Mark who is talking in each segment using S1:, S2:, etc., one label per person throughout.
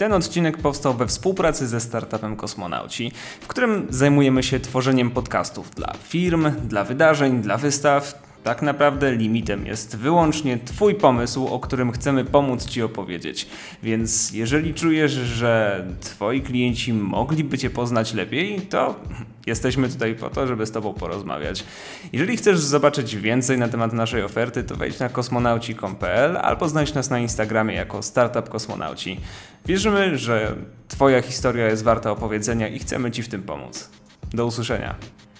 S1: Ten odcinek powstał we współpracy ze startupem Kosmonauci, w którym zajmujemy się tworzeniem podcastów dla firm, dla wydarzeń, dla wystaw. Tak naprawdę limitem jest wyłącznie Twój pomysł, o którym chcemy pomóc Ci opowiedzieć. Więc jeżeli czujesz, że Twoi klienci mogliby Cię poznać lepiej, to jesteśmy tutaj po to, żeby z Tobą porozmawiać. Jeżeli chcesz zobaczyć więcej na temat naszej oferty, to wejdź na kosmonauci.com.pl albo znajdź nas na Instagramie jako Startup Kosmonauci. Wierzymy, że Twoja historia jest warta opowiedzenia i chcemy Ci w tym pomóc. Do usłyszenia.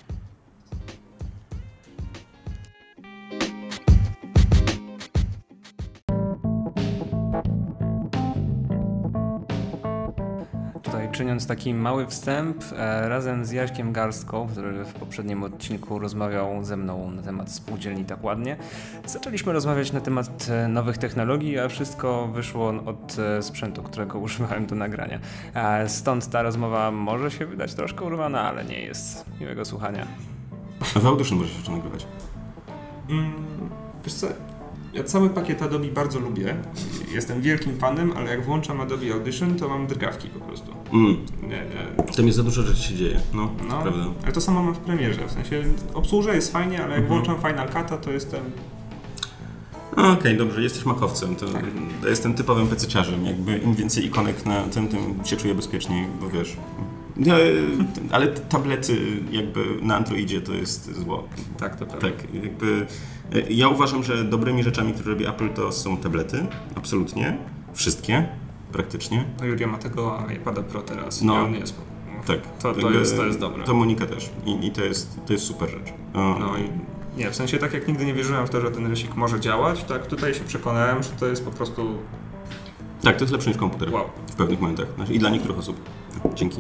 S1: Czyniąc taki mały wstęp, razem z Jaśkiem Garstką, który w poprzednim odcinku rozmawiał ze mną na temat spółdzielni tak ładnie, zaczęliśmy rozmawiać na temat nowych technologii, a wszystko wyszło od sprzętu, którego używałem do nagrania. Stąd ta rozmowa może się wydać troszkę urwana, ale nie jest. Miłego słuchania.
S2: A w Audition możesz jeszcze nagrywać?
S3: Wiesz co? Ja cały pakiet Adobe bardzo lubię. Jestem wielkim fanem, ale jak włączam Adobe Audition, to mam drgawki po prostu. Nie.
S2: Tam jest za dużo rzeczy się dzieje, prawda.
S3: Ale to samo mam w Premierze, w sensie obsłuża jest fajnie, ale jak włączam Final Cut'a, to jestem...
S2: Okej, dobrze, jesteś makowcem, to tak. Ja jestem typowym pececiarzem, jakby im więcej ikonek na tym się czuję bezpieczniej, bo wiesz... Ale tablety jakby na Androidzie to jest zło.
S3: Tak, to prawda.
S2: Tak, jakby ja uważam, że dobrymi rzeczami, które robi Apple, to są tablety, absolutnie, wszystkie, praktycznie.
S3: No Julia ma tego iPada Pro teraz,
S2: no,
S3: on jest...
S2: Tak.
S3: To jest dobre.
S2: To Monika też i to jest super rzecz.
S3: No i nie, w sensie tak jak nigdy nie wierzyłem w to, że ten rysik może działać, tak tutaj się przekonałem, że to jest po prostu...
S2: Tak, to jest lepsze niż komputer w pewnych momentach. I dla niektórych osób. Dzięki.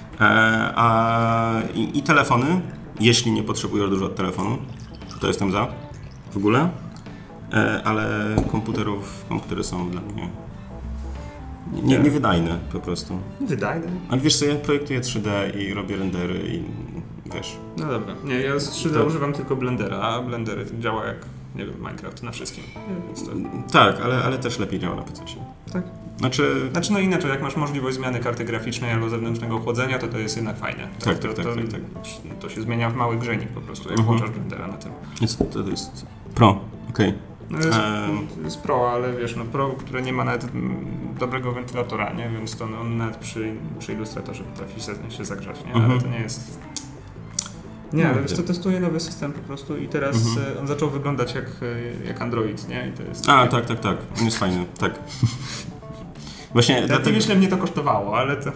S2: I telefony, jeśli nie potrzebujesz dużo od telefonu, to jestem za w ogóle, ale komputery są dla mnie niewydajne po prostu.
S3: Wydajne?
S2: Ale wiesz co, ja projektuję 3D i robię rendery i wiesz.
S3: No dobra. Nie, ja z 3D używam tylko Blendera, a Blender działa jak, nie wiem, Minecraft na wszystkim.
S2: Tak, ale też lepiej działa na PC.
S3: Tak?
S2: Znaczy
S3: no inaczej, jak masz możliwość zmiany karty graficznej albo zewnętrznego chłodzenia, to jest jednak fajne.
S2: Tak.
S3: To się zmienia w mały grzejnik po prostu, jak włączasz Blendera na tym.
S2: To jest Pro, okej.
S3: No jest Pro, ale wiesz, Pro, które nie ma nawet dobrego wentylatora, nie? Więc to on nawet przy ilustratorze potrafi się zagrzać, nie? Ale to nie jest... Nie, ale wiesz co, testuję nowy system po prostu i teraz on zaczął wyglądać jak Android, nie? I to jest...
S2: Tak. On jest fajny, tak. Właśnie
S3: dlatego... Myślę, mnie to kosztowało, ale to...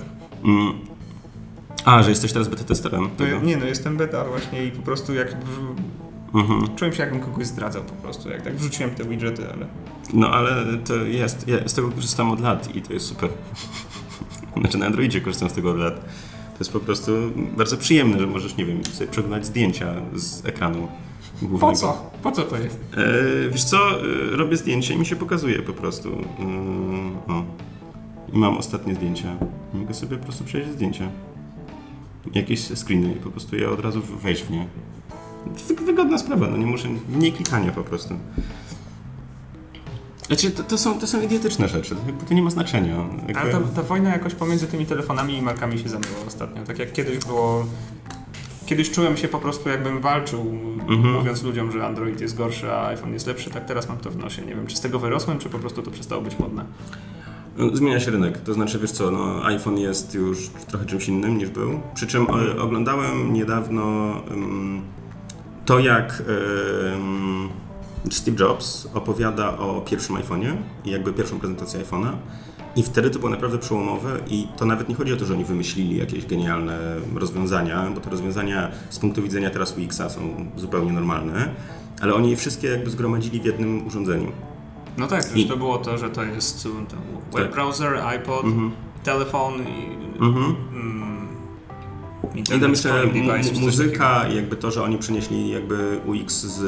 S2: że jesteś teraz beta testerem?
S3: Jestem beta właśnie i po prostu czułem się, jakbym kogoś zdradzał po prostu, jak tak wrzuciłem te widgety, ale...
S2: No ale to jest, ja z tego korzystam od lat i to jest super. Znaczy na Androidzie korzystam z tego od lat. To jest po prostu bardzo przyjemne, że możesz, nie wiem, sobie przeglądać zdjęcia z ekranu głównego.
S3: Po co? Po co to jest?
S2: Wiesz co, robię zdjęcie i mi się pokazuje po prostu. I mam ostatnie zdjęcia. Mogę sobie po prostu przejść zdjęcia. Jakieś screeny i po prostu ja od razu wejść w nie. Wygodna sprawa, nie muszę, mniej klikania po prostu. Znaczy, to są idiotyczne rzeczy, to nie ma znaczenia.
S3: Ale ta wojna jakoś pomiędzy tymi telefonami i markami się zamyła ostatnio. Tak jak kiedyś było... Kiedyś czułem się po prostu, jakbym walczył, mówiąc ludziom, że Android jest gorszy, a iPhone jest lepszy. Tak teraz mam to w nosie. Nie wiem, czy z tego wyrosłem, czy po prostu to przestało być modne.
S2: Zmienia się rynek, to znaczy, wiesz co, iPhone jest już trochę czymś innym niż był. Przy czym oglądałem niedawno to, jak Steve Jobs opowiada o pierwszym iPhone'ie i jakby pierwszą prezentację iPhone'a i wtedy to było naprawdę przełomowe i to nawet nie chodzi o to, że oni wymyślili jakieś genialne rozwiązania, bo te rozwiązania z punktu widzenia teraz UX-a są zupełnie normalne, ale oni je wszystkie jakby zgromadzili w jednym urządzeniu.
S3: No tak, to było to, że to jest web browser, iPod, telefon i...
S2: I tam jeszcze muzyka, jakby to, że oni przenieśli jakby UX z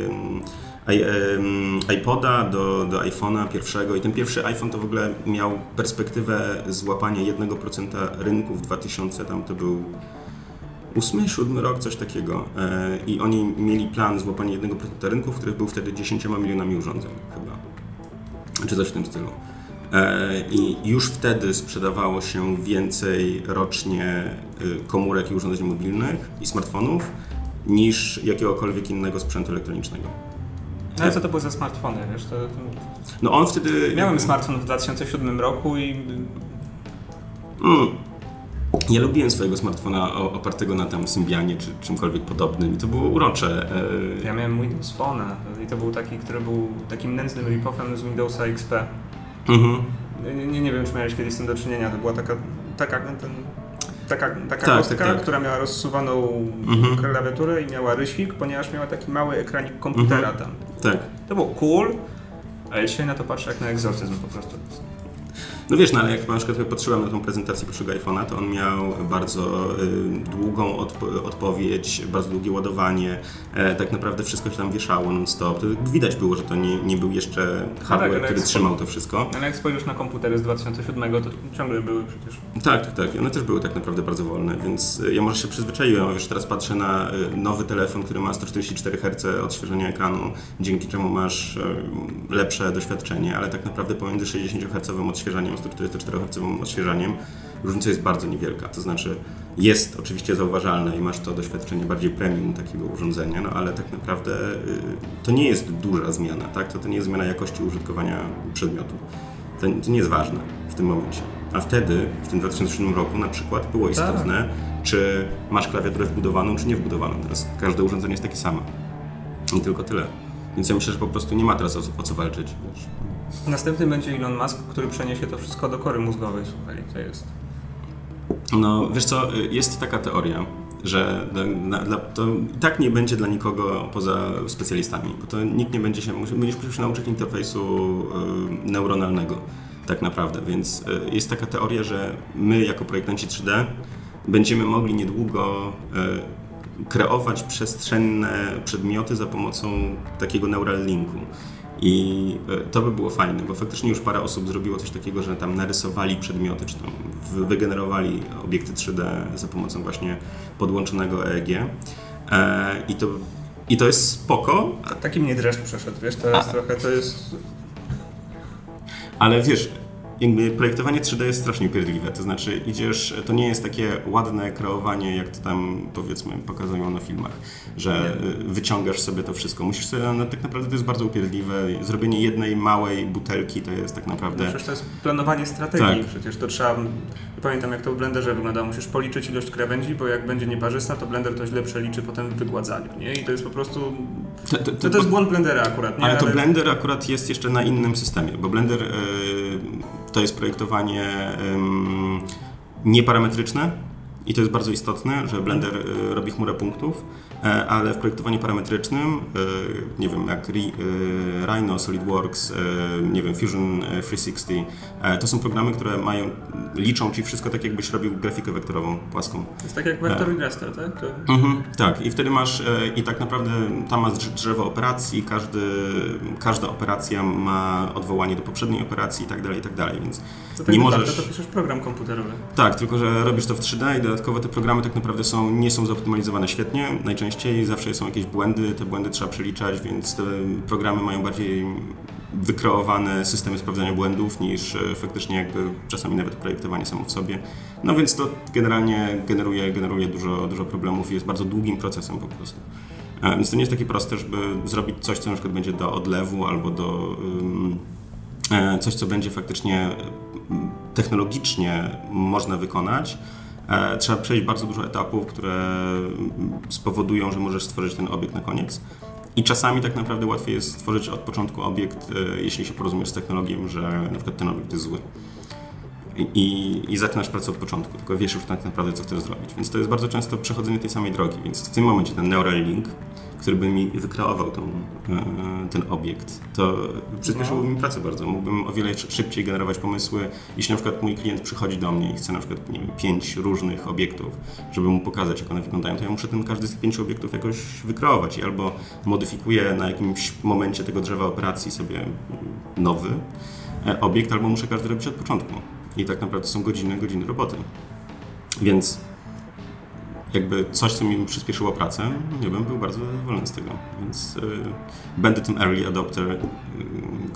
S2: iPoda do iPhone'a pierwszego i ten pierwszy iPhone to w ogóle miał perspektywę złapania 1% rynku w 2000, tam to był 8-7 rok, coś takiego. I oni mieli plan złapania 1% rynku, w których był wtedy 10 milionami urządzeń chyba. Czy coś w tym stylu. I już wtedy sprzedawało się więcej rocznie komórek i urządzeń mobilnych i smartfonów niż jakiegokolwiek innego sprzętu elektronicznego.
S3: No ale co to były za smartfony, wiesz?
S2: No on wtedy...
S3: Miałem smartfon w 2007 roku i...
S2: Ja lubiłem swojego smartfona opartego na tam Symbianie czy czymkolwiek podobnym i to było urocze.
S3: Ja miałem Windows Phone i to był taki, który był takim nędznym rip-offem z Windowsa XP. Nie wiem, czy miałeś kiedyś z tym do czynienia. To była taka kostka, która miała rozsuwaną klawiaturę i miała rysik, ponieważ miała taki mały ekranik komputera tam.
S2: Tak.
S3: To było cool, ale dzisiaj na to patrzę jak na egzorcyzm po prostu.
S2: No wiesz, no ale jak na przykład patrzyłem na tą prezentację pierwszego iPhone'a, to on miał bardzo długą odpowiedź, bardzo długie ładowanie, tak naprawdę wszystko się tam wieszało non-stop. To widać było, że to nie był jeszcze hardware, który trzymał to wszystko.
S3: Ale jak spojrzysz na komputery z 2007, to ciągle były przecież.
S2: Tak. One też były tak naprawdę bardzo wolne, więc ja może się przyzwyczaiłem, wiesz, teraz patrzę na nowy telefon, który ma 144 Hz odświeżenia ekranu, dzięki czemu masz lepsze doświadczenie, ale tak naprawdę pomiędzy 60 Hz odświeżaniem 144 Hz odświeżaniem różnica jest bardzo niewielka, to znaczy jest oczywiście zauważalne i masz to doświadczenie bardziej premium takiego urządzenia, no ale tak naprawdę to nie jest duża zmiana, tak? To nie jest zmiana jakości użytkowania przedmiotu. To nie jest ważne w tym momencie. A wtedy, w tym 2007 roku na przykład było istotne, czy masz klawiaturę wbudowaną, czy nie wbudowaną. Teraz każde urządzenie jest takie samo. I tylko tyle. Więc ja myślę, że po prostu nie ma teraz o co walczyć. Wiesz.
S3: Następny będzie Elon Musk, który przeniesie to wszystko do kory mózgowej, słuchaj, to jest.
S2: No, wiesz co, jest taka teoria, że to i tak nie będzie dla nikogo poza specjalistami, bo to nikt nie będzie musiał się nauczyć interfejsu neuronalnego tak naprawdę, więc jest taka teoria, że my jako projektanci 3D będziemy mogli niedługo kreować przestrzenne przedmioty za pomocą takiego neural linku. I to by było fajne, bo faktycznie już parę osób zrobiło coś takiego, że tam narysowali przedmioty, czy tam wygenerowali obiekty 3D za pomocą właśnie podłączonego EEG. I to jest spoko.
S3: Taki mnie dreszcz przeszedł, wiesz, teraz trochę to jest...
S2: Ale wiesz, jakby projektowanie 3D jest strasznie upierdliwe, to znaczy to nie jest takie ładne kreowanie, jak to tam powiedzmy pokazują na filmach, że wyciągasz sobie to wszystko. Musisz sobie, tak naprawdę to jest bardzo upierdliwe, zrobienie jednej małej butelki to jest tak naprawdę...
S3: No przecież to jest planowanie strategii,
S2: tak.
S3: Przecież to trzeba... Pamiętam jak to w Blenderze wyglądało, musisz policzyć ilość krawędzi, bo jak będzie nieparzysta, to Blender to źle przeliczy potem w wygładzaniu, nie? I to jest po prostu... To jest błąd Blendera akurat, nie?
S2: Ale to Blender akurat jest jeszcze na innym systemie, bo Blender to jest projektowanie nieparametryczne i to jest bardzo istotne, że Blender robi chmurę punktów, ale w projektowaniu parametrycznym, nie wiem, jak Rhino, SolidWorks, nie wiem, Fusion 360, to są programy, które liczą ci wszystko tak, jakbyś robił grafikę wektorową płaską.
S3: To jest tak jak Vector i Raster, tak?
S2: Tak, i wtedy masz, i tak naprawdę tam masz drzewo operacji, każda operacja ma odwołanie do poprzedniej operacji i tak dalej, więc
S3: to nie możesz... To piszesz program komputerowy.
S2: Tak, tylko że robisz to w 3D i dodatkowo te programy tak naprawdę nie są zoptymalizowane świetnie, najczęściej zawsze są jakieś błędy, te błędy trzeba przeliczać, więc te programy mają bardziej wykreowane systemy sprawdzania błędów niż faktycznie jakby czasami nawet projektowanie samo w sobie. No więc to generalnie generuje dużo problemów i jest bardzo długim procesem po prostu. Więc to nie jest takie proste, żeby zrobić coś, co na przykład będzie do odlewu albo do coś, co będzie faktycznie technologicznie można wykonać. Trzeba przejść bardzo dużo etapów, które spowodują, że możesz stworzyć ten obiekt na koniec. I czasami tak naprawdę łatwiej jest stworzyć od początku obiekt, jeśli się porozumiesz z technologią, że na przykład ten obiekt jest zły. I zaczynasz pracę od początku, tylko wiesz już tak naprawdę, co chcesz zrobić. Więc to jest bardzo często przechodzenie tej samej drogi. Więc w tym momencie ten neural link, który by mi wykreował ten obiekt, to przyspieszyłoby mi pracę bardzo. Mógłbym o wiele szybciej generować pomysły. Jeśli na przykład mój klient przychodzi do mnie i chce na przykład 5 różnych obiektów, żeby mu pokazać, jak one wyglądają, to ja muszę każdy z tych 5 obiektów jakoś wykreować i albo modyfikuję na jakimś momencie tego drzewa operacji sobie nowy obiekt, albo muszę każdy robić od początku. I tak naprawdę są godziny roboty. Więc jakby coś, co mi przyspieszyło pracę, ja bym był bardzo zadowolony z tego. Więc będę tym early adopter,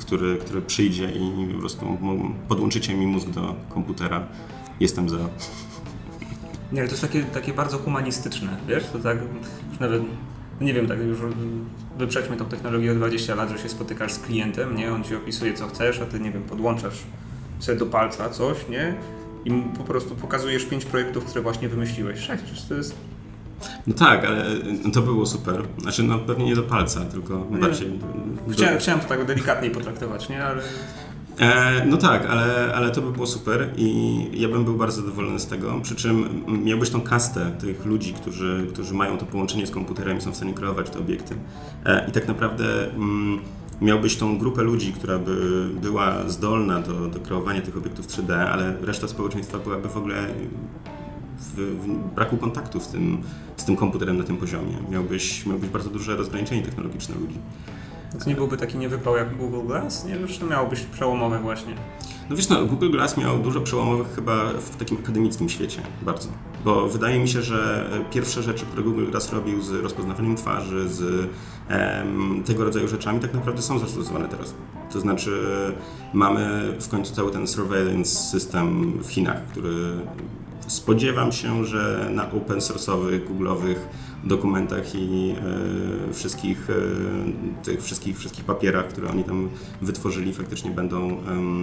S2: który przyjdzie i po prostu podłączycie mi mózg do komputera. Jestem za.
S3: Nie, ale to jest takie bardzo humanistyczne, wiesz, to tak już nawet, nie wiem, tak już wyprzedźmy tą technologię o 20 lat, że się spotykasz z klientem, nie, on ci opisuje co chcesz, a ty, nie wiem, podłączasz sobie do palca coś, nie, i mu po prostu pokazujesz 5 projektów, które właśnie wymyśliłeś. 6, to jest...
S2: No tak, ale to było super. Znaczy, no pewnie nie do palca, tylko bardziej...
S3: Chciałem to tak delikatniej potraktować, nie, ale...
S2: No tak, ale to by było super i ja bym był bardzo zadowolony z tego, przy czym miałbyś tą kastę tych ludzi, którzy mają to połączenie z komputerem i są w stanie kreować te obiekty. I tak naprawdę miałbyś tą grupę ludzi, która by była zdolna do kreowania tych obiektów 3D, ale reszta społeczeństwa byłaby w ogóle w braku kontaktu z tym komputerem na tym poziomie. Miałbyś bardzo duże rozgraniczenie technologiczne ludzi.
S3: To nie byłby taki niewypał jak Google Glass? Nie, już to miało być przełomowe właśnie.
S2: No wiesz, Google Glass miał dużo przełomowych chyba w takim akademickim świecie, bardzo. Bo wydaje mi się, że pierwsze rzeczy, które Google Glass robił z rozpoznawaniem twarzy, z tego rodzaju rzeczami, tak naprawdę są zastosowane teraz. To znaczy mamy w końcu cały ten surveillance system w Chinach, który spodziewam się, że na open source'owych, google'owych dokumentach i tych wszystkich papierach, które oni tam wytworzyli, faktycznie będą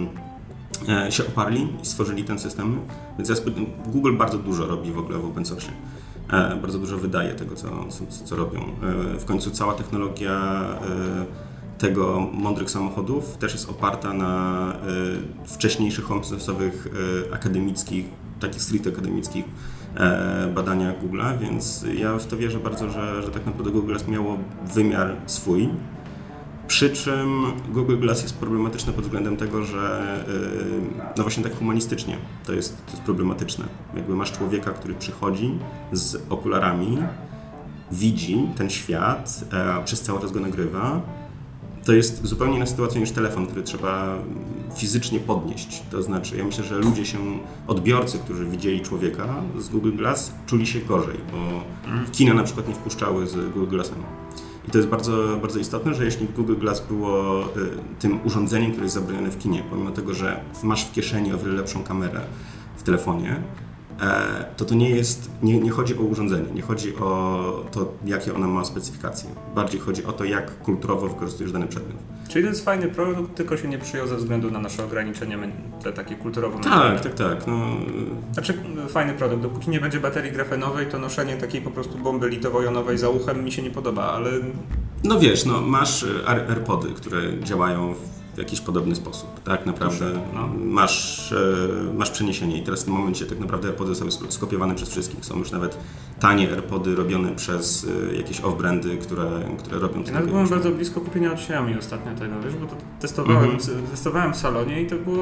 S2: się oparli i stworzyli ten system. Więc Google bardzo dużo robi w ogóle w open source. Bardzo dużo wydaje tego, co robią. W końcu cała technologia tego mądrych samochodów też jest oparta na wcześniejszych open source'owych akademickich, takich stricte akademickich badaniach Google'a, więc ja w to wierzę bardzo, że tak naprawdę Google Glass miało wymiar swój. Przy czym Google Glass jest problematyczne pod względem tego, że no właśnie tak humanistycznie to jest problematyczne. Jakby masz człowieka, który przychodzi z okularami, widzi ten świat, przez cały czas go nagrywa. To jest zupełnie inna sytuacja niż telefon, który trzeba fizycznie podnieść. To znaczy, ja myślę, że odbiorcy, którzy widzieli człowieka z Google Glass, czuli się gorzej, bo kina na przykład nie wpuszczały z Google Glassem. I to jest bardzo, bardzo istotne, że jeśli Google Glass było tym urządzeniem, które jest zabronione w kinie, pomimo tego, że masz w kieszeni o wiele lepszą kamerę w telefonie, to nie chodzi o urządzenie, nie chodzi o to, jakie ona ma specyfikacje. Bardziej chodzi o to, jak kulturowo wykorzystujesz dany przedmiot.
S3: Czyli to jest fajny produkt, tylko się nie przyjął ze względu na nasze ograniczenia te takie kulturowe.
S2: Tak. No.
S3: Znaczy fajny produkt, dopóki nie będzie baterii grafenowej, to noszenie takiej po prostu bomby litowo-jonowej za uchem mi się nie podoba, ale...
S2: No wiesz, masz AirPody, które działają w jakiś podobny sposób, tak naprawdę masz przeniesienie i teraz w tym momencie tak naprawdę AirPody zostały skopiowane przez wszystkich. Są już nawet tanie AirPody robione przez jakieś off-brandy, które robią to.
S3: Ja nawet byłem bardzo blisko kupienia od Xiaomi ostatnio tego, wiesz, bo to testowałem w salonie i to było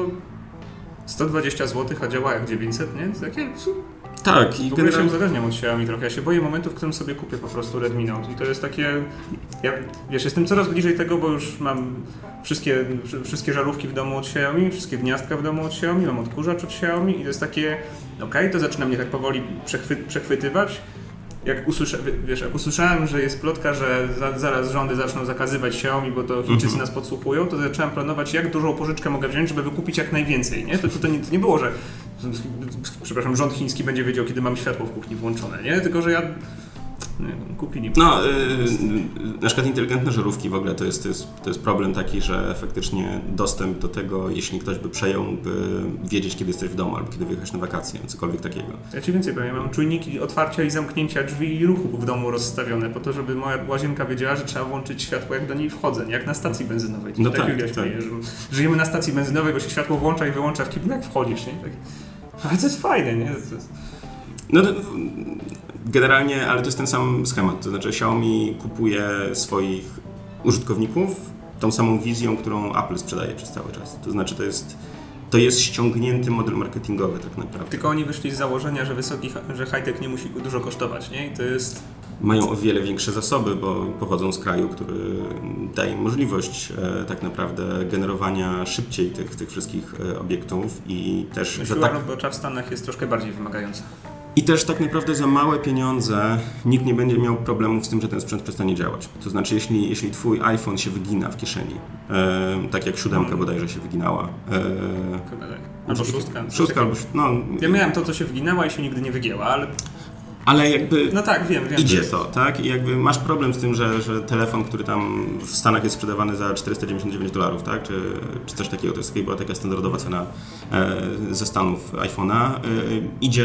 S3: 120 zł, a działa jak 900, nie? To takie...
S2: Tak, i
S3: w ogóle się uzależniam od Xiaomi trochę. Ja się boję momentu, w którym sobie kupię po prostu Redmi Note i to jest takie... Ja, wiesz, jestem coraz bliżej tego, bo już mam wszystkie żarówki w domu od Xiaomi, wszystkie gniazdka w domu od Xiaomi, mam odkurzacz od Xiaomi i to jest takie... Okej, to zaczyna mnie tak powoli przechwytywać. Jak usłyszałem, że jest plotka, że zaraz rządy zaczną zakazywać Xiaomi, bo to Chińczycy nas podsłuchują, to zacząłem planować, jak dużą pożyczkę mogę wziąć, żeby wykupić jak najwięcej. Nie? To nie było, że rząd chiński będzie wiedział, kiedy mam światło w kuchni włączone, nie? Tylko że kupili.
S2: Na przykład inteligentne żarówki w ogóle to jest problem taki, że faktycznie dostęp do tego, jeśli ktoś by przejął, by wiedzieć, kiedy jesteś w domu albo kiedy wyjechać na wakacje, cokolwiek takiego.
S3: Ja ci więcej powiem, ja mam czujniki otwarcia i zamknięcia drzwi i ruchu w domu rozstawione po to, żeby moja łazienka wiedziała, że trzeba włączyć światło, jak do niej wchodzę, nie jak na stacji benzynowej.
S2: No tak.
S3: Śmieje, że żyjemy na stacji benzynowej, bo się światło włącza i wyłącza w kiblu, jak wchodzisz, nie? Tak. Ale to jest fajne, nie?
S2: Generalnie, ale to jest ten sam schemat, to znaczy Xiaomi kupuje swoich użytkowników tą samą wizją, którą Apple sprzedaje przez cały czas. To znaczy to jest ściągnięty model marketingowy tak naprawdę.
S3: Tylko oni wyszli z założenia, że high-tech nie musi dużo kosztować, nie? I to jest...
S2: Mają o wiele większe zasoby, bo pochodzą z kraju, który daje im możliwość tak naprawdę generowania szybciej tych wszystkich obiektów i też...
S3: Siła robocza w Stanach jest troszkę bardziej wymagająca.
S2: I też tak naprawdę za małe pieniądze nikt nie będzie miał problemów z tym, że ten sprzęt przestanie działać. To znaczy, jeśli twój iPhone się wygina w kieszeni, tak jak 7 bodajże się wyginała.
S3: Albo 6. Ja miałem to, co się wyginała i się nigdy nie wygięła,
S2: ale jakby
S3: no tak, wiem.
S2: Idzie to, tak? I jakby masz problem z tym, że telefon, który tam w Stanach jest sprzedawany za $499, tak? Czy coś takiego, to była taka standardowa cena ze Stanów iPhone'a, idzie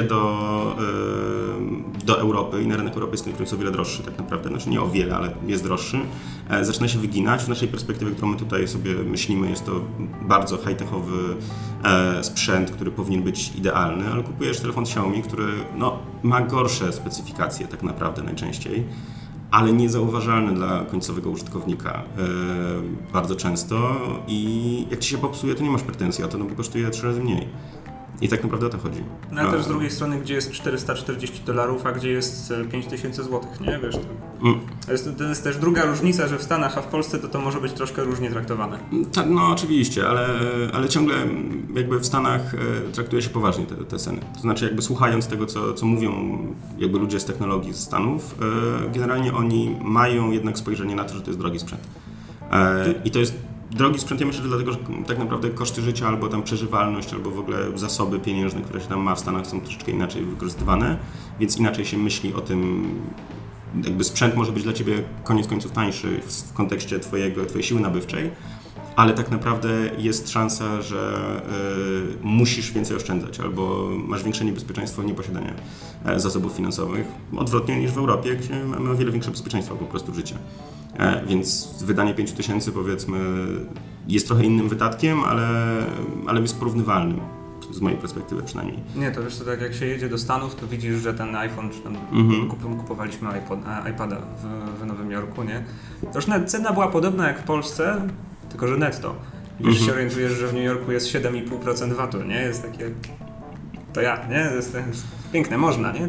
S2: do Europy i na rynek europejski, który jest o wiele droższy tak naprawdę, znaczy nie o wiele, ale jest droższy, zaczyna się wyginać. W naszej perspektywie, którą my tutaj sobie myślimy, jest to bardzo high-techowy sprzęt, który powinien być idealny, ale kupujesz telefon Xiaomi, który ma gorsze specyfikacje tak naprawdę najczęściej, ale niezauważalne dla końcowego użytkownika bardzo często i jak ci się popsuje, to nie masz pretensji o to, bo kosztuje 3 razy mniej. I tak naprawdę o to chodzi.
S3: No ale też z drugiej strony, gdzie jest $440, a gdzie jest 5000 zł, nie? Wiesz, to jest też druga różnica, że w Stanach, a w Polsce to może być troszkę różnie traktowane.
S2: Tak, no oczywiście, ale ciągle jakby w Stanach traktuje się poważnie te ceny. To znaczy jakby słuchając tego, co mówią jakby ludzie z technologii z Stanów, generalnie oni mają jednak spojrzenie na to, że to jest drogi sprzęt. I to jest drogi sprzęt, ja myślę, że dlatego, że tak naprawdę koszty życia, albo tam przeżywalność, albo w ogóle zasoby pieniężne, które się tam ma w Stanach, są troszeczkę inaczej wykorzystywane, więc inaczej się myśli o tym, jakby sprzęt może być dla Ciebie koniec końców tańszy w kontekście Twojej siły nabywczej, ale tak naprawdę jest szansa, że musisz więcej oszczędzać, albo masz większe niebezpieczeństwo nieposiadania zasobów finansowych, odwrotnie niż w Europie, gdzie mamy o wiele większe bezpieczeństwo po prostu życia. Więc wydanie 5000 powiedzmy jest trochę innym wydatkiem, ale jest porównywalnym, z mojej perspektywy przynajmniej.
S3: Nie, to wiesz co, tak jak się jedzie do Stanów, to widzisz, że ten iPhone, czy tam kupowaliśmy iPada w Nowym Jorku, nie? To już cena była podobna jak w Polsce, tylko że netto. I wiesz, się orientujesz, że w New Yorku jest 7,5% VAT-u, nie? Jest takie... To nie? To jest piękne, można, nie?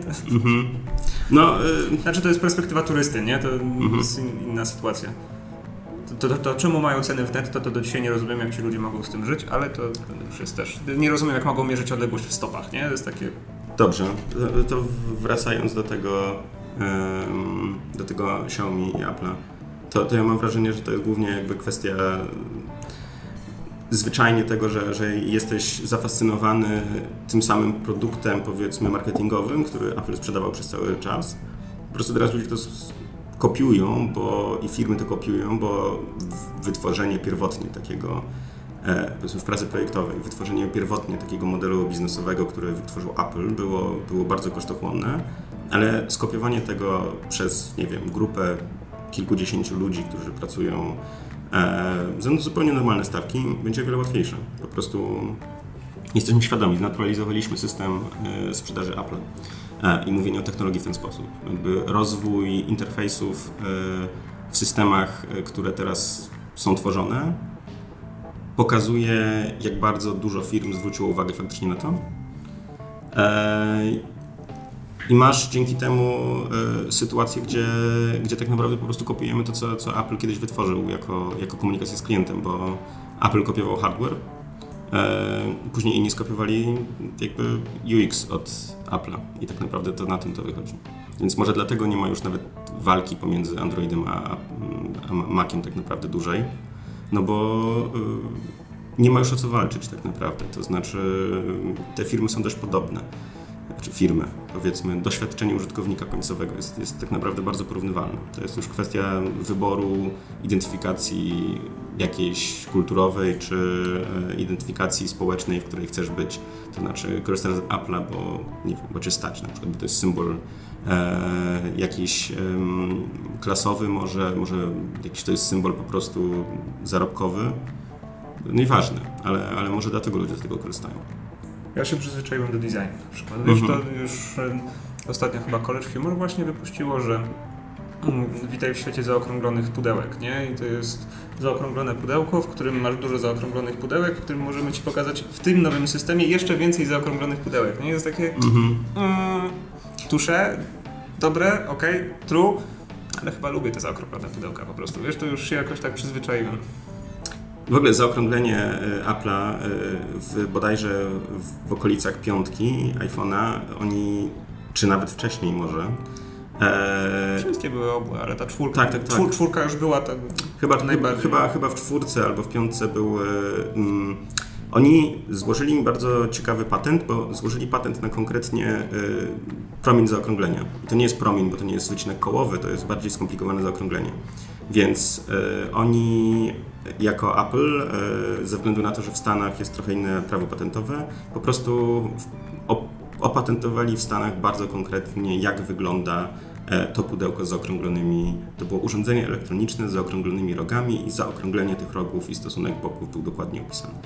S3: Znaczy to jest perspektywa turysty, nie? To jest inna sytuacja. To czemu mają ceny w netto, to do dzisiaj nie rozumiem, jak ci ludzie mogą z tym żyć, ale to już jest też... Nie rozumiem, jak mogą mierzyć odległość w stopach, nie? To jest takie...
S2: Dobrze, to wracając do tego Xiaomi i Apple'a, to ja mam wrażenie, że to jest głównie jakby kwestia zwyczajnie tego, że jesteś zafascynowany tym samym produktem, powiedzmy, marketingowym, który Apple sprzedawał przez cały czas. Po prostu teraz ludzie to kopiują, i firmy to kopiują, bo wytworzenie pierwotnie takiego, powiedzmy w pracy projektowej, wytworzenie pierwotnie takiego modelu biznesowego, który wytworzył Apple, było bardzo kosztochłonne, ale skopiowanie tego przez, nie wiem, grupę kilkudziesięciu ludzi, którzy pracują za zupełnie normalne stawki, będzie o wiele łatwiejsze. Po prostu jesteśmy świadomi, znaturalizowaliśmy system sprzedaży Apple i mówienie o technologii w ten sposób. Jakby rozwój interfejsów w systemach, które teraz są tworzone, pokazuje, jak bardzo dużo firm zwróciło uwagę faktycznie na to. I masz dzięki temu sytuację, gdzie tak naprawdę po prostu kopiujemy to, co Apple kiedyś wytworzył jako komunikację z klientem, bo Apple kopiował hardware, później inni skopiowali jakby UX od Apple'a i tak naprawdę to na tym to wychodzi. Więc może dlatego nie ma już nawet walki pomiędzy Androidem a Maciem tak naprawdę dużej, no bo nie ma już o co walczyć tak naprawdę, to znaczy te firmy są dość podobne. Firmy, powiedzmy, doświadczenie użytkownika końcowego jest tak naprawdę bardzo porównywalne. To jest już kwestia wyboru, identyfikacji jakiejś kulturowej, czy identyfikacji społecznej, w której chcesz być. To znaczy korzystasz z Apple'a, bo cię stać, na przykład, bo to jest symbol jakiś klasowy, może jakiś to jest symbol po prostu zarobkowy. Nieważne, ale może dlatego ludzie z tego korzystają.
S3: Ja się przyzwyczaiłem do designu na przykład. Wiesz, to już ostatnio chyba College Humor właśnie wypuściło, że witaj w świecie zaokrąglonych pudełek, nie? I to jest zaokrąglone pudełko, w którym masz dużo zaokrąglonych pudełek, w którym możemy Ci pokazać w tym nowym systemie jeszcze więcej zaokrąglonych pudełek, nie? Jest takie tusze, dobre, okej, true, ale chyba lubię te zaokrąglone pudełka po prostu, wiesz, to już się jakoś tak przyzwyczaiłem.
S2: W ogóle zaokrąglenie Apple'a bodajże w okolicach 5 iPhone'a, oni czy nawet wcześniej może.
S3: Wszystkie były obłe, ale ta czwórka,
S2: Tak.
S3: czwórka już była tak najbardziej.
S2: Chyba w czwórce albo w piątce był... Oni złożyli bardzo ciekawy patent, bo złożyli patent na konkretnie promień zaokrąglenia. I to nie jest promień, bo to nie jest wycinek kołowy, to jest bardziej skomplikowane zaokrąglenie. Więc oni jako Apple, ze względu na to, że w Stanach jest trochę inne prawo patentowe, po prostu opatentowali w Stanach bardzo konkretnie, jak wygląda to pudełko z zaokrąglonymi. To było urządzenie elektroniczne z zaokrąglonymi rogami i zaokrąglenie tych rogów i stosunek boków był dokładnie opisany.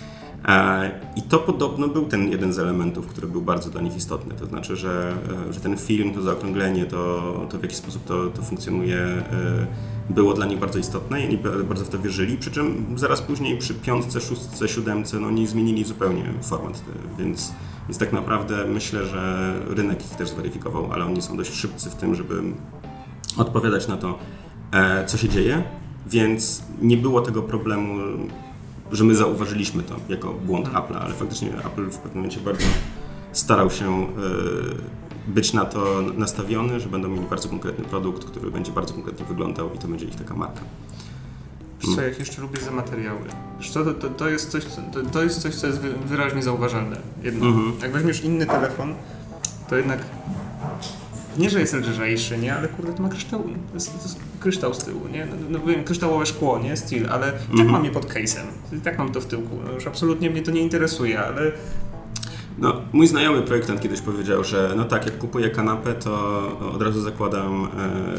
S2: I to podobno był ten jeden z elementów, który był bardzo dla nich istotny. To znaczy, że ten film, to zaokrąglenie, to w jaki sposób to funkcjonuje, było dla nich bardzo istotne i oni bardzo w to wierzyli. Przy czym zaraz później przy piątce, szóstce, siódemce, no oni zmienili zupełnie format. Więc tak naprawdę myślę, że rynek ich też zweryfikował, ale oni są dość szybcy w tym, żeby odpowiadać na to, co się dzieje. Więc nie było tego problemu, że my zauważyliśmy to jako błąd Apple'a, ale faktycznie Apple w pewnym momencie bardzo starał się być na to nastawiony, że będą mieli bardzo konkretny produkt, który będzie bardzo konkretnie wyglądał i to będzie ich taka marka.
S3: Wiesz co, jak jeszcze lubię za materiały. Wiesz co, to jest coś, co jest wyraźnie zauważalne. Jak weźmiesz inny telefon, to jednak nie, że jest lżejszy, nie, ale kurde, to ma kryształ, to jest kryształ z tyłu, nie? No wiem, kryształowe szkło, nie, steel, ale tak mam je pod case'em, tak mam to w tyłku, no już absolutnie mnie to nie interesuje, ale...
S2: No, mój znajomy projektant kiedyś powiedział, że no tak, jak kupuję kanapę, to od razu zakładam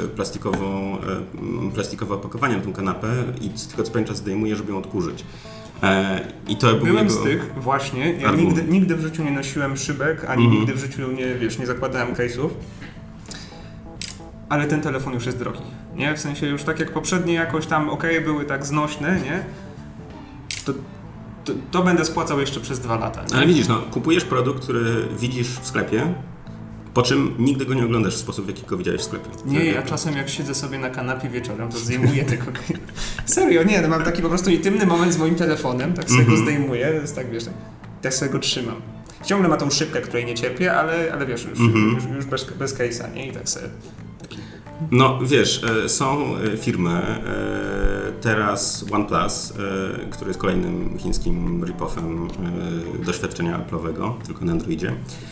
S2: plastikowe opakowanie na tą kanapę i tylko co pewien czas zdejmuję, żeby ją odkurzyć. I to był
S3: Byłem
S2: jego
S3: z tych właśnie, ja nigdy w życiu nie nosiłem szybek, ani nigdy w życiu nie zakładałem case'ów. Ale ten telefon już jest drogi, nie? W sensie już tak jak poprzednie jakoś tam były tak znośne, nie? To będę spłacał jeszcze przez 2 lata. Nie?
S2: Ale widzisz, no, kupujesz produkt, który widzisz w sklepie, po czym nigdy go nie oglądasz w sposób, w jaki go widziałeś w sklepie.
S3: Nie, ja czasem jak siedzę sobie na kanapie wieczorem, to zdejmuję tego. Serio, nie, no mam taki po prostu intymny moment z moim telefonem, tak sobie go zdejmuję, jest tak, wiesz, tak sobie go trzymam. Ciągle ma tą szybkę, której nie cierpię, ale wiesz, już bez case'a, nie? I tak sobie...
S2: No wiesz, są firmy, teraz OnePlus, który jest kolejnym chińskim rip-offem doświadczenia Apple'owego, tylko na Androidzie,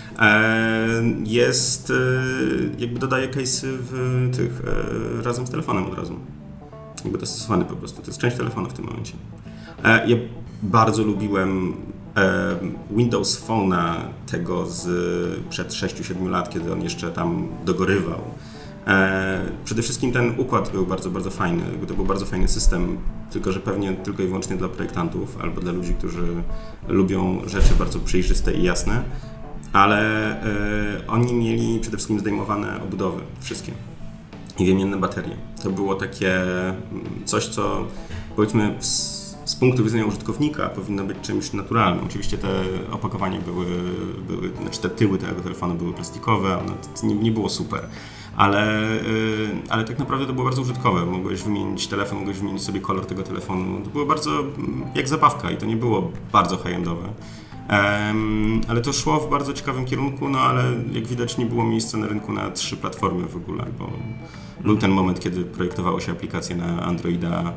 S2: jakby dodaje case'y w tych razem z telefonem od razu. Jakby dostosowany po prostu, to jest część telefonu w tym momencie. Ja bardzo lubiłem Windows Phone'a tego przed 6-7 lat, kiedy on jeszcze tam dogorywał. Przede wszystkim ten układ był bardzo, bardzo fajny. To był bardzo fajny system, tylko że pewnie tylko i wyłącznie dla projektantów albo dla ludzi, którzy lubią rzeczy bardzo przejrzyste i jasne, ale oni mieli przede wszystkim zdejmowane obudowy, wszystkie, i wymienne baterie. To było takie coś, co powiedzmy z punktu widzenia użytkownika powinno być czymś naturalnym. Oczywiście te opakowania znaczy te tyły tego telefonu były plastikowe, ono nie było super. Ale tak naprawdę to było bardzo użytkowe. Mogłeś wymienić telefon, mogłeś wymienić sobie kolor tego telefonu. To było bardzo jak zabawka i to nie było bardzo high-endowe. Ale to szło w bardzo ciekawym kierunku, no ale jak widać nie było miejsca na rynku na 3 platformy w ogóle, bo był ten moment, kiedy projektowało się aplikacje na Androida,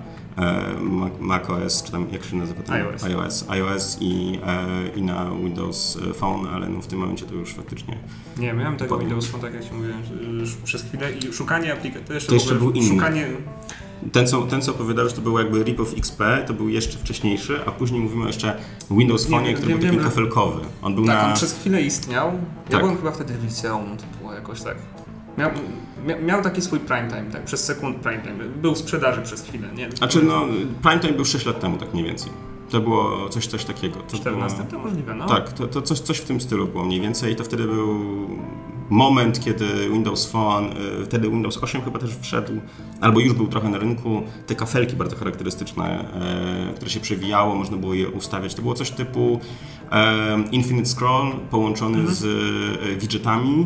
S2: macOS, czy tam jak się nazywa to? iOS i na Windows Phone, ale no w tym momencie to już faktycznie...
S3: Nie, miałem tego Windows Phone, tak jak Ci mówiłem, przez chwilę i szukanie aplikacji,
S2: to jeszcze był inny.
S3: Szukanie...
S2: Ten, co opowiadałeś, to był jakby rip of XP, to był jeszcze wcześniejszy, a później mówimy jeszcze Windows Phone, który był taki kafelkowy. On był
S3: on przez chwilę istniał. Ja byłem chyba wtedy w liceum, to było jakoś tak. Miał taki swój prime time, tak, przez sekundę prime time. Był w sprzedaży przez chwilę, nie?
S2: Znaczy prime time był 6 lat temu, tak mniej więcej. To było coś takiego.
S3: 14 to możliwe, no.
S2: Tak, to coś w tym stylu było mniej więcej. To wtedy był moment, kiedy Windows Phone, wtedy Windows 8 chyba też wszedł, albo już był trochę na rynku. Te kafelki bardzo charakterystyczne, które się przewijało, można było je ustawiać. To było coś typu Infinite Scroll połączony z widgetami.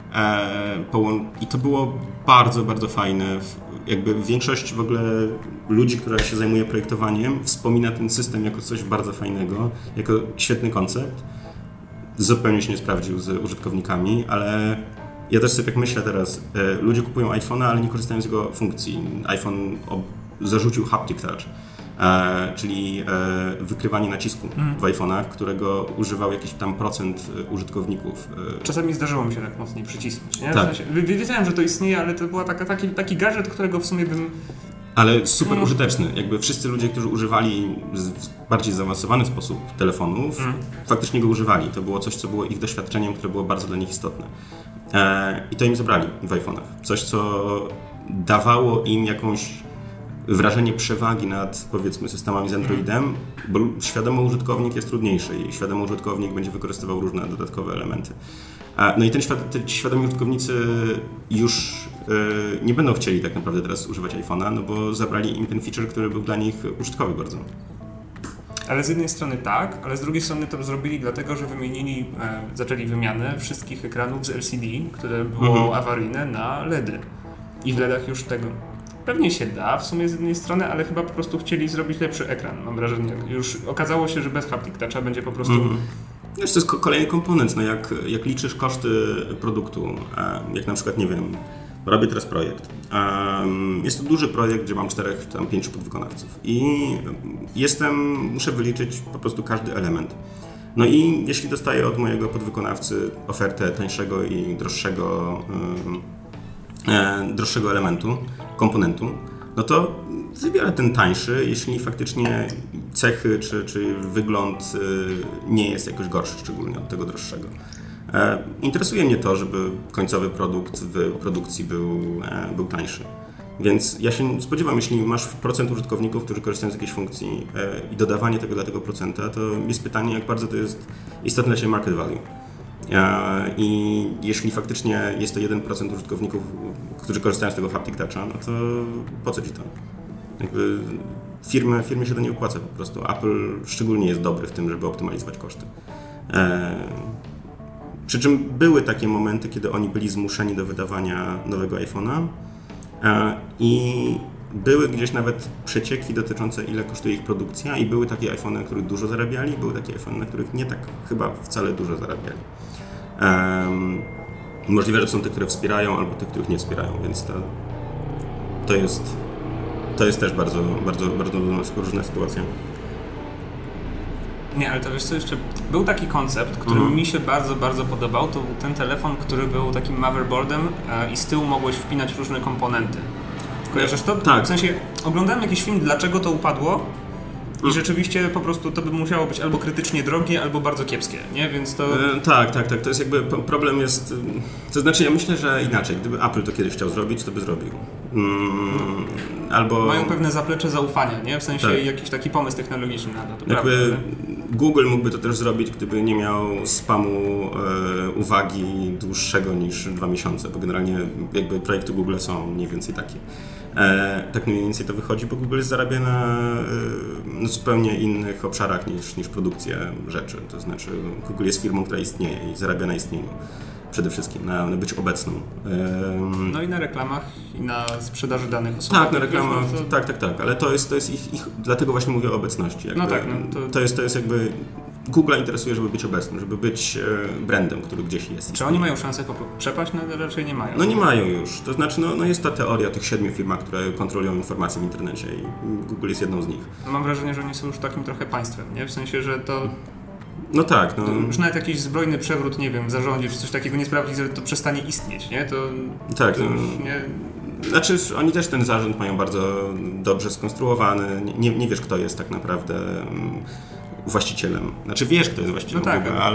S2: I to było bardzo, bardzo fajne. Jakby większość w ogóle ludzi, która się zajmuje projektowaniem, wspomina ten system jako coś bardzo fajnego, jako świetny koncept. Zupełnie się nie sprawdził z użytkownikami, ale ja też sobie tak myślę teraz, ludzie kupują iPhone'a, ale nie korzystają z jego funkcji. iPhone zarzucił haptic touch, czyli wykrywanie nacisku w iPhone'ach, którego używał jakiś tam procent użytkowników.
S3: Czasami zdarzyło mi się tak mocniej przycisnąć, nie?
S2: Tak.
S3: W sensie, wiedziałem, że to istnieje, ale to była taki gadżet, którego w sumie bym...
S2: Ale super użyteczny. Jakby wszyscy ludzie, którzy używali w bardziej zaawansowany sposób telefonów, faktycznie go używali. To było coś, co było ich doświadczeniem, które było bardzo dla nich istotne. I to im zabrali w iPhone'ach. Coś, co dawało im jakąś wrażenie przewagi nad, powiedzmy, systemami z Androidem, bo świadomy użytkownik jest trudniejszy i świadomy użytkownik będzie wykorzystywał różne dodatkowe elementy. No i ci świadomi użytkownicy już nie będą chcieli tak naprawdę teraz używać iPhone'a, no bo zabrali im ten feature, który był dla nich użytkowy bardzo.
S3: Ale z jednej strony tak, ale z drugiej strony to zrobili dlatego, że zaczęli wymianę wszystkich ekranów z LCD, które było awaryjne, na LEDy. I w LEDach już tego pewnie się da w sumie z jednej strony, ale chyba po prostu chcieli zrobić lepszy ekran, mam wrażenie. Już okazało się, że bez haptic toucha będzie po prostu...
S2: Wiesz, to jest kolejny komponent, no jak liczysz koszty produktu, jak na przykład, nie wiem, robię teraz projekt. Jest to duży projekt, gdzie mam 4-5 podwykonawców i muszę wyliczyć po prostu każdy element. No i jeśli dostaję od mojego podwykonawcy ofertę tańszego i droższego elementu, komponentu, no to wybiorę ten tańszy, jeśli faktycznie cechy czy wygląd nie jest jakoś gorszy, szczególnie od tego droższego. Interesuje mnie to, żeby końcowy produkt w produkcji był tańszy. Więc ja się spodziewam, jeśli masz procent użytkowników, którzy korzystają z jakiejś funkcji i dodawanie tego dla tego procenta, to jest pytanie, jak bardzo to jest istotne dla Ciebie market value. I jeśli faktycznie jest to 1% użytkowników, którzy korzystają z tego haptic toucha, no to po co Ci to? Jakby firmie się to nie opłaca po prostu. Apple szczególnie jest dobry w tym, żeby optymalizować koszty. Przy czym były takie momenty, kiedy oni byli zmuszeni do wydawania nowego iPhone'a i były gdzieś nawet przecieki dotyczące, ile kosztuje ich produkcja, i były takie iPhone'y, na których dużo zarabiali, były takie iPhone'y, na których nie tak chyba wcale dużo zarabiali. Możliwe, że są te, które wspierają, albo te, których nie wspierają, więc to jest też bardzo, bardzo, bardzo różna sytuacja.
S3: Nie, ale to wiesz co, jeszcze był taki koncept, który mi się bardzo, bardzo podobał. To był ten telefon, który był takim motherboardem i z tyłu mogłeś wpinać różne komponenty. Kojarzysz to?
S2: Tak.
S3: W sensie oglądałem jakiś film, dlaczego to upadło i rzeczywiście po prostu to by musiało być albo krytycznie drogie, albo bardzo kiepskie, nie? Więc to...
S2: Tak. To jest jakby problem jest... To znaczy ja myślę, że inaczej. Gdyby Apple to kiedyś chciał zrobić, to by zrobił. Albo...
S3: Mają pewne zaplecze zaufania, nie? W sensie jakiś taki pomysł technologiczny na to.
S2: Jakby Google mógłby to też zrobić, gdyby nie miał spamu uwagi dłuższego niż 2 miesiące, bo generalnie jakby projekty Google są mniej więcej takie. Tak mniej więcej to wychodzi, bo Google zarabia na zupełnie innych obszarach niż produkcja rzeczy. To znaczy Google jest firmą, która istnieje i zarabia na istnieniu. Przede wszystkim na byciu obecną.
S3: No i na reklamach i na sprzedaży danych osobowych.
S2: Tak, na reklamach, tak, ale to jest ich dlatego właśnie mówię o obecności. Jakby, to jest jakby... Google interesuje, żeby być obecnym, żeby być brandem, który gdzieś jest.
S3: Czy oni mają szansę przepaść? No raczej nie mają.
S2: No nie mają już. To znaczy, jest ta teoria o tych 7 firmach, które kontrolują informacje w internecie i Google jest jedną z nich.
S3: No mam wrażenie, że oni są już takim trochę państwem, nie? W sensie, że to...
S2: No tak.
S3: Już nawet jakiś zbrojny przewrót, nie wiem, w zarządzie czy coś takiego nie sprawi, że to przestanie istnieć, nie? To już nie...
S2: Znaczy, oni też ten zarząd mają bardzo dobrze skonstruowany. Nie wiesz, kto jest tak naprawdę właścicielem. Znaczy wiesz, kto jest właścicielem,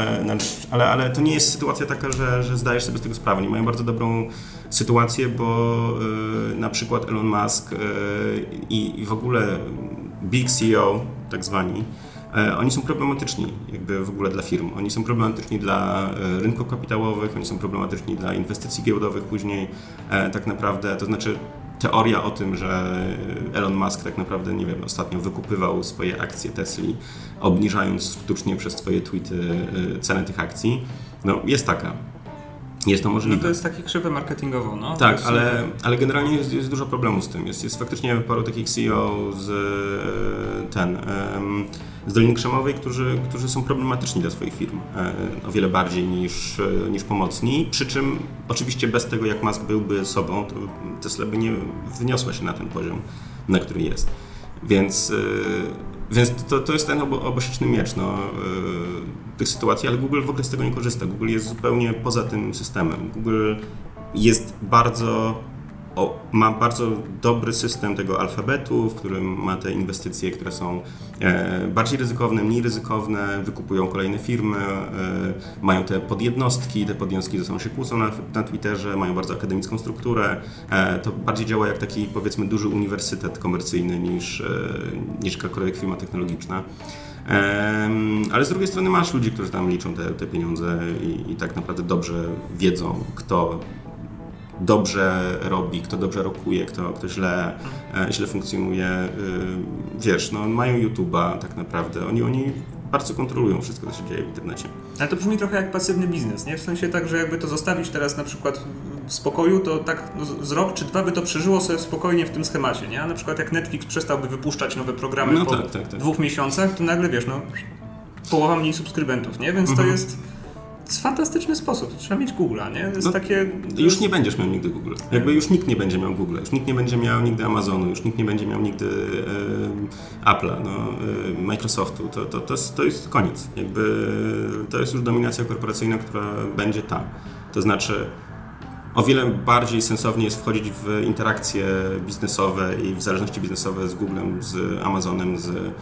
S2: ale to nie jest sytuacja taka, że zdajesz sobie z tego sprawę. Oni mają bardzo dobrą sytuację, bo na przykład Elon Musk i w ogóle big CEO, tak zwani, oni są problematyczni jakby w ogóle dla firm. Oni są problematyczni dla rynków kapitałowych, oni są problematyczni dla inwestycji giełdowych później tak naprawdę. To znaczy teoria o tym, że Elon Musk tak naprawdę, nie wiem, ostatnio wykupywał swoje akcje Tesli, obniżając sztucznie przez swoje tweety cenę tych akcji, jest taka. jest to możliwe.
S3: No to jest takie krzywe marketingowo, no.
S2: Tak, ale generalnie jest dużo problemów z tym. Jest faktycznie paru takich CEO z Doliny Krzemowej, którzy są problematyczni dla swoich firm. O wiele bardziej niż pomocni. Przy czym oczywiście bez tego, jak Musk byłby sobą, to Tesla by nie wyniosła się na ten poziom, na który jest. Więc to jest ten obosieczny miecz tych sytuacji, ale Google w ogóle z tego nie korzysta. Google jest zupełnie poza tym systemem. Google jest ma bardzo dobry system tego alfabetu, w którym ma te inwestycje, które są bardziej ryzykowne, mniej ryzykowne, wykupują kolejne firmy, mają te podjednostki ze sobą się kłócą na Twitterze, mają bardzo akademicką strukturę. To bardziej działa jak taki, powiedzmy, duży uniwersytet komercyjny niż jakakolwiek firma technologiczna. Ale z drugiej strony masz ludzi, którzy tam liczą te pieniądze i tak naprawdę dobrze wiedzą, kto dobrze robi, kto dobrze rokuje, kto źle funkcjonuje. Wiesz, no mają YouTube'a tak naprawdę. Oni bardzo kontrolują wszystko, co się dzieje w internecie.
S3: Ale to brzmi trochę jak pasywny biznes, nie? W sensie tak, że jakby to zostawić teraz na przykład w spokoju, to tak z rok czy dwa by to przeżyło sobie spokojnie w tym schemacie, nie? A na przykład jak Netflix przestałby wypuszczać nowe programy po 2 miesiącach, to nagle wiesz, no połowa mniej subskrybentów, nie? Więc to jest fantastyczny sposób. Trzeba mieć Google'a, nie? To jest takie...
S2: Już nie będziesz miał nigdy Google. Jakby już nikt nie będzie miał Google'a, już nikt nie będzie miał nigdy Amazonu, już nikt nie będzie miał nigdy Apple'a, Microsoftu. To jest koniec. Jakby to jest już dominacja korporacyjna, która będzie ta. To znaczy o wiele bardziej sensownie jest wchodzić w interakcje biznesowe i w zależności biznesowe z Googlem, z Amazonem,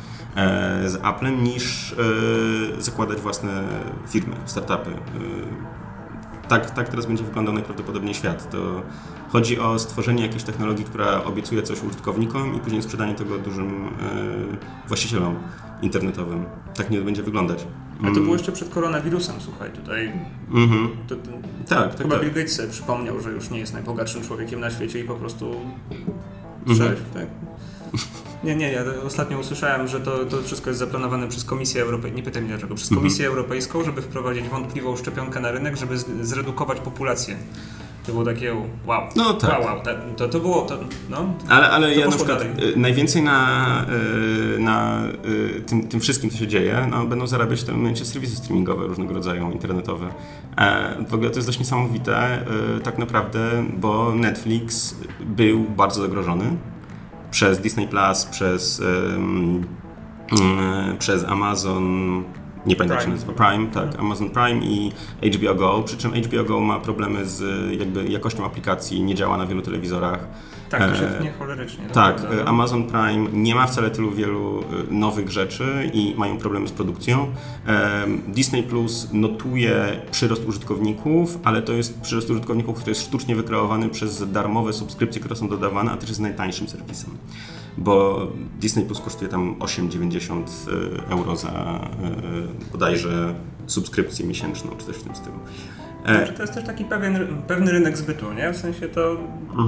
S2: z Applem, niż zakładać własne firmy, startupy. Tak teraz będzie wyglądał najprawdopodobniej świat. To chodzi o stworzenie jakiejś technologii, która obiecuje coś użytkownikom i później sprzedanie tego dużym właścicielom internetowym. Tak nie będzie wyglądać.
S3: A to było jeszcze przed koronawirusem, słuchaj, tutaj.
S2: Tak.
S3: Chyba Bill Gates sobie przypomniał, że już nie jest najbogatszym człowiekiem na świecie i po prostu tak? Nie, ja ostatnio usłyszałem, że to wszystko jest zaplanowane przez Komisję Europejską, nie pytaj mnie dlaczego, przez Komisję Europejską, żeby wprowadzić wątpliwą szczepionkę na rynek, żeby zredukować populację. To było takie wow.
S2: No tak.
S3: Wow. To było
S2: Ale
S3: to
S2: ja na przykład najwięcej na tym wszystkim, co się dzieje, będą zarabiać w tym momencie serwisy streamingowe różnego rodzaju, internetowe. W ogóle to jest dość niesamowite tak naprawdę, bo Netflix był bardzo zagrożony przez Disney+, przez Amazon, nie pamiętam jak się nazywa, Prime, tak, Amazon Prime i HBO Go, przy czym HBO Go ma problemy z jakby jakością aplikacji, nie działa na wielu telewizorach.
S3: Tak, to się tnie cholerycznie.
S2: Tak,
S3: prawda, no?
S2: Amazon Prime nie ma wcale tylu wielu nowych rzeczy i mają problemy z produkcją. Disney Plus notuje przyrost użytkowników, ale to jest przyrost użytkowników, który jest sztucznie wykreowany przez darmowe subskrypcje, które są dodawane, a też jest najtańszym serwisem. Bo Disney Plus kosztuje tam 8,90 euro za bodajże subskrypcję miesięczną, czy coś w tym stylu.
S3: To jest też taki pewny rynek zbytu, nie? W sensie to...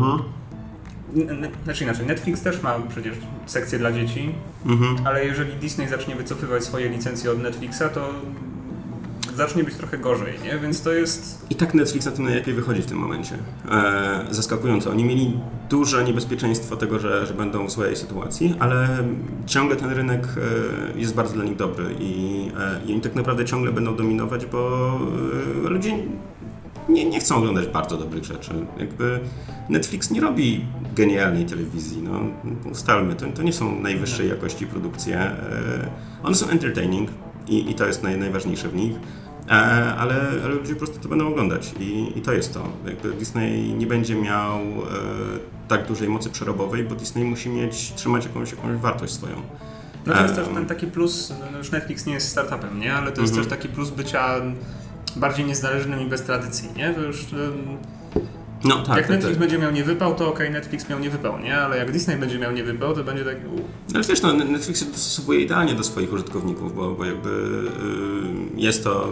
S3: Znaczy inaczej, Netflix też ma przecież sekcję dla dzieci, ale jeżeli Disney zacznie wycofywać swoje licencje od Netflixa, to zacznie być trochę gorzej, nie? Więc to jest...
S2: I tak Netflix na tym najlepiej wychodzi w tym momencie. Zaskakująco. Oni mieli duże niebezpieczeństwo tego, że będą w złej sytuacji, ale ciągle ten rynek jest bardzo dla nich dobry i oni tak naprawdę ciągle będą dominować, bo ludzie nie chcą oglądać bardzo dobrych rzeczy. Jakby Netflix nie robi genialnej telewizji, ustalmy, to nie są najwyższej jakości produkcje. One są entertaining i to jest najważniejsze w nich. Ale ludzie po prostu to będą oglądać i to jest to. Jakby Disney nie będzie miał tak dużej mocy przerobowej, bo Disney musi trzymać jakąś wartość swoją.
S3: No to jest też ten taki plus, już Netflix nie jest startupem, nie? Ale to jest też taki plus bycia bardziej niezależnym i bez tradycji, nie? To już... jak Netflix będzie miał niewypał, to Netflix miał niewypał, nie? Ale jak Disney będzie miał niewypał, to będzie tak...
S2: Ale wiesz, Netflix się dostosowuje idealnie do swoich użytkowników, bo jakby jest to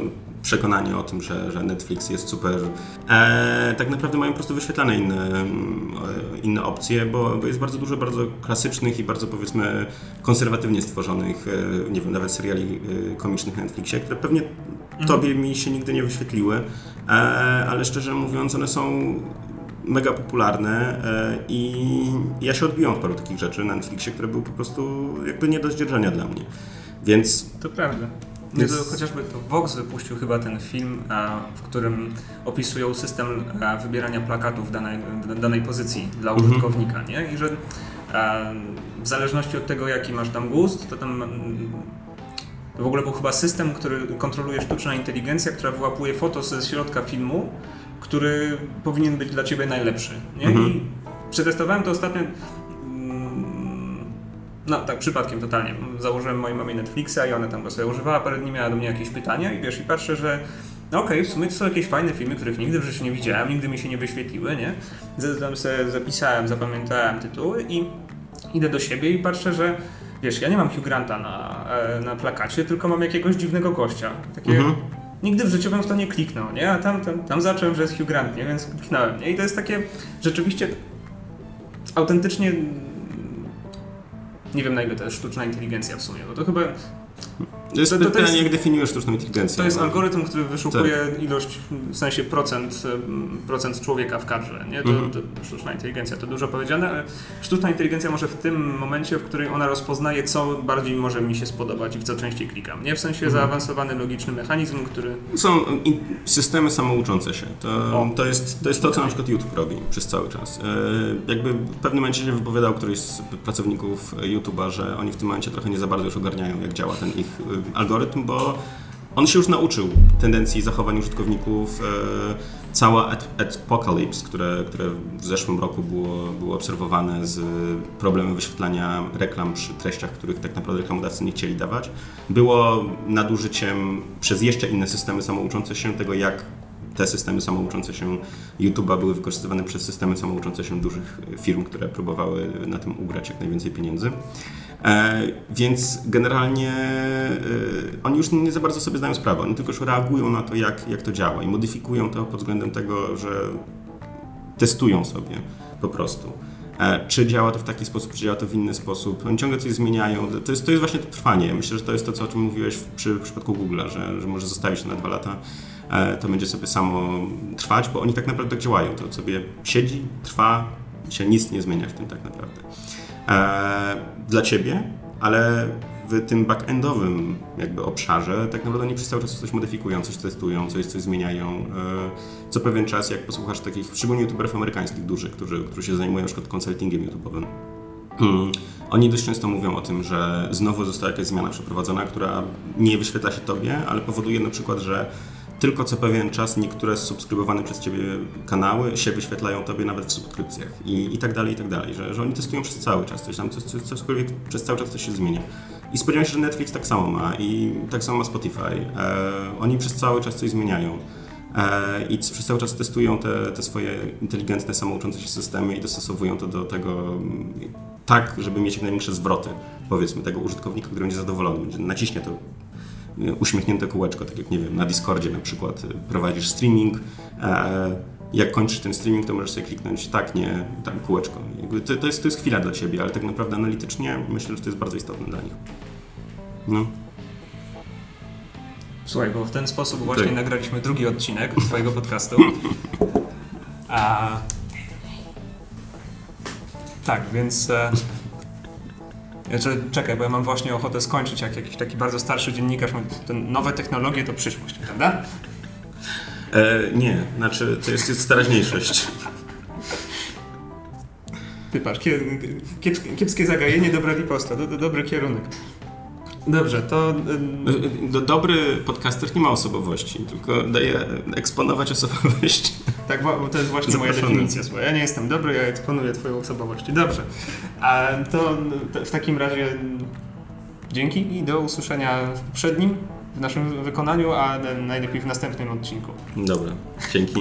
S2: przekonanie o tym, że Netflix jest super. Tak naprawdę mają po prostu wyświetlane inne opcje, bo jest bardzo dużo bardzo klasycznych i bardzo, powiedzmy, konserwatywnie stworzonych, nie wiem, nawet seriali komicznych na Netflixie, które pewnie tobie mi się nigdy nie wyświetliły, ale szczerze mówiąc one są mega popularne i ja się odbiłam od paru takich rzeczy na Netflixie, które były po prostu jakby nie do zdzierżenia dla mnie. Więc...
S3: To prawda. Nie, to chociażby to Vox wypuścił chyba ten film, w którym opisują system wybierania plakatów danej pozycji dla użytkownika, nie? I że w zależności od tego, jaki masz tam gust, to tam to w ogóle był chyba system, który kontroluje sztuczna inteligencja, która wyłapuje foto ze środka filmu, który powinien być dla ciebie najlepszy, nie? I przetestowałem to ostatnio. No tak, przypadkiem totalnie. Założyłem mojej mamie Netflixa i ona tam go sobie używała, parę dni miała do mnie jakieś pytania i wiesz, i patrzę, że no okej, w sumie to są jakieś fajne filmy, których nigdy w życiu nie widziałem, nigdy mi się nie wyświetliły, nie? Tam sobie zapisałem, zapamiętałem tytuły i idę do siebie i patrzę, że wiesz, ja nie mam Hugh Granta na plakacie, tylko mam jakiegoś dziwnego gościa. Takie, nigdy w życiu bym w to nie kliknął, nie? A tam zacząłem, że jest Hugh Grant, nie? Więc kliknąłem, nie? I to jest takie rzeczywiście autentycznie. Nie wiem, na ile to jest sztuczna inteligencja w sumie, bo to chyba...
S2: To jest pytanie, jak definiujesz sztuczną inteligencję.
S3: To jest algorytm, który wyszukuje ilość, w sensie procent człowieka w kadrze, nie? To sztuczna inteligencja, to dużo powiedziane, ale sztuczna inteligencja może w tym momencie, w którym ona rozpoznaje, co bardziej może mi się spodobać i w co częściej klikam, nie? W sensie zaawansowany, logiczny mechanizm, który...
S2: Są systemy samouczące się. To jest to, co na przykład YouTube robi przez cały czas. Jakby w pewnym momencie się wypowiadał któryś z pracowników YouTube'a, że oni w tym momencie trochę nie za bardzo już ogarniają, jak działa ten ich algorytm, bo on się już nauczył tendencji zachowań użytkowników. Cała Apocalypse, które w zeszłym roku było obserwowane z problemem wyświetlania reklam przy treściach, których tak naprawdę reklamodawcy nie chcieli dawać, było nadużyciem przez jeszcze inne systemy samouczące się tego, jak te systemy samouczące się YouTube'a były wykorzystywane przez systemy samouczące się dużych firm, które próbowały na tym ugrać jak najwięcej pieniędzy. Więc generalnie oni już nie za bardzo sobie zdają sprawę, oni tylko już reagują na to, jak to działa i modyfikują to pod względem tego, że testują sobie po prostu. Czy działa to w taki sposób, czy działa to w inny sposób. Oni ciągle coś zmieniają. To jest właśnie to trwanie. Myślę, że to jest to, o czym mówiłeś w przypadku Google'a, że może zostawić to na 2 lata. To będzie sobie samo trwać, bo oni tak naprawdę tak działają. To sobie siedzi, trwa, się nic nie zmienia w tym tak naprawdę. Dla ciebie, ale w tym back-endowym jakby obszarze tak naprawdę oni przez cały czas coś modyfikują, coś testują, coś zmieniają. Co pewien czas, jak posłuchasz takich, szczególnie youtuberów amerykańskich dużych, którzy się zajmują na przykład konsultingiem YouTube'owym, oni dość często mówią o tym, że znowu została jakaś zmiana przeprowadzona, która nie wyświetla się tobie, ale powoduje na przykład, że tylko co pewien czas niektóre subskrybowane przez ciebie kanały się wyświetlają tobie nawet w subskrypcjach i tak dalej, że oni testują przez cały czas, cośkolwiek przez cały czas coś się zmienia. I spodziewam się, że Netflix tak samo ma i tak samo ma Spotify. Oni przez cały czas coś zmieniają i przez cały czas testują te swoje inteligentne, samouczące się systemy i dostosowują to do tego tak, żeby mieć jak największe zwroty, powiedzmy, tego użytkownika, który będzie zadowolony, będzie naciśnie to uśmiechnięte kółeczko, tak jak, nie wiem, na Discordzie na przykład prowadzisz streaming, jak kończysz ten streaming, to możesz sobie kliknąć tak, nie, tam kółeczko. To jest chwila dla ciebie, ale tak naprawdę analitycznie myślę, że to jest bardzo istotne dla nich. No.
S3: Słuchaj, bo w ten sposób właśnie nagraliśmy drugi odcinek twojego podcastu. Tak, więc... Czekaj, bo ja mam właśnie ochotę skończyć jak jakiś taki bardzo starszy dziennikarz. Te nowe technologie to przyszłość, prawda?
S2: Nie, znaczy to jest teraźniejszość.
S3: Ty patrz, kiepskie zagajenie, dobra riposta, dobry kierunek. Dobrze, to...
S2: Dobry podcaster nie ma osobowości, tylko daje eksponować osobowość.
S3: Tak, to jest właśnie moja definicja. Ja nie jestem dobry, ja eksponuję twoją osobowość. Dobrze, a to w takim razie dzięki i do usłyszenia w naszym wykonaniu, a najlepiej w następnym odcinku.
S2: Dobra, dzięki.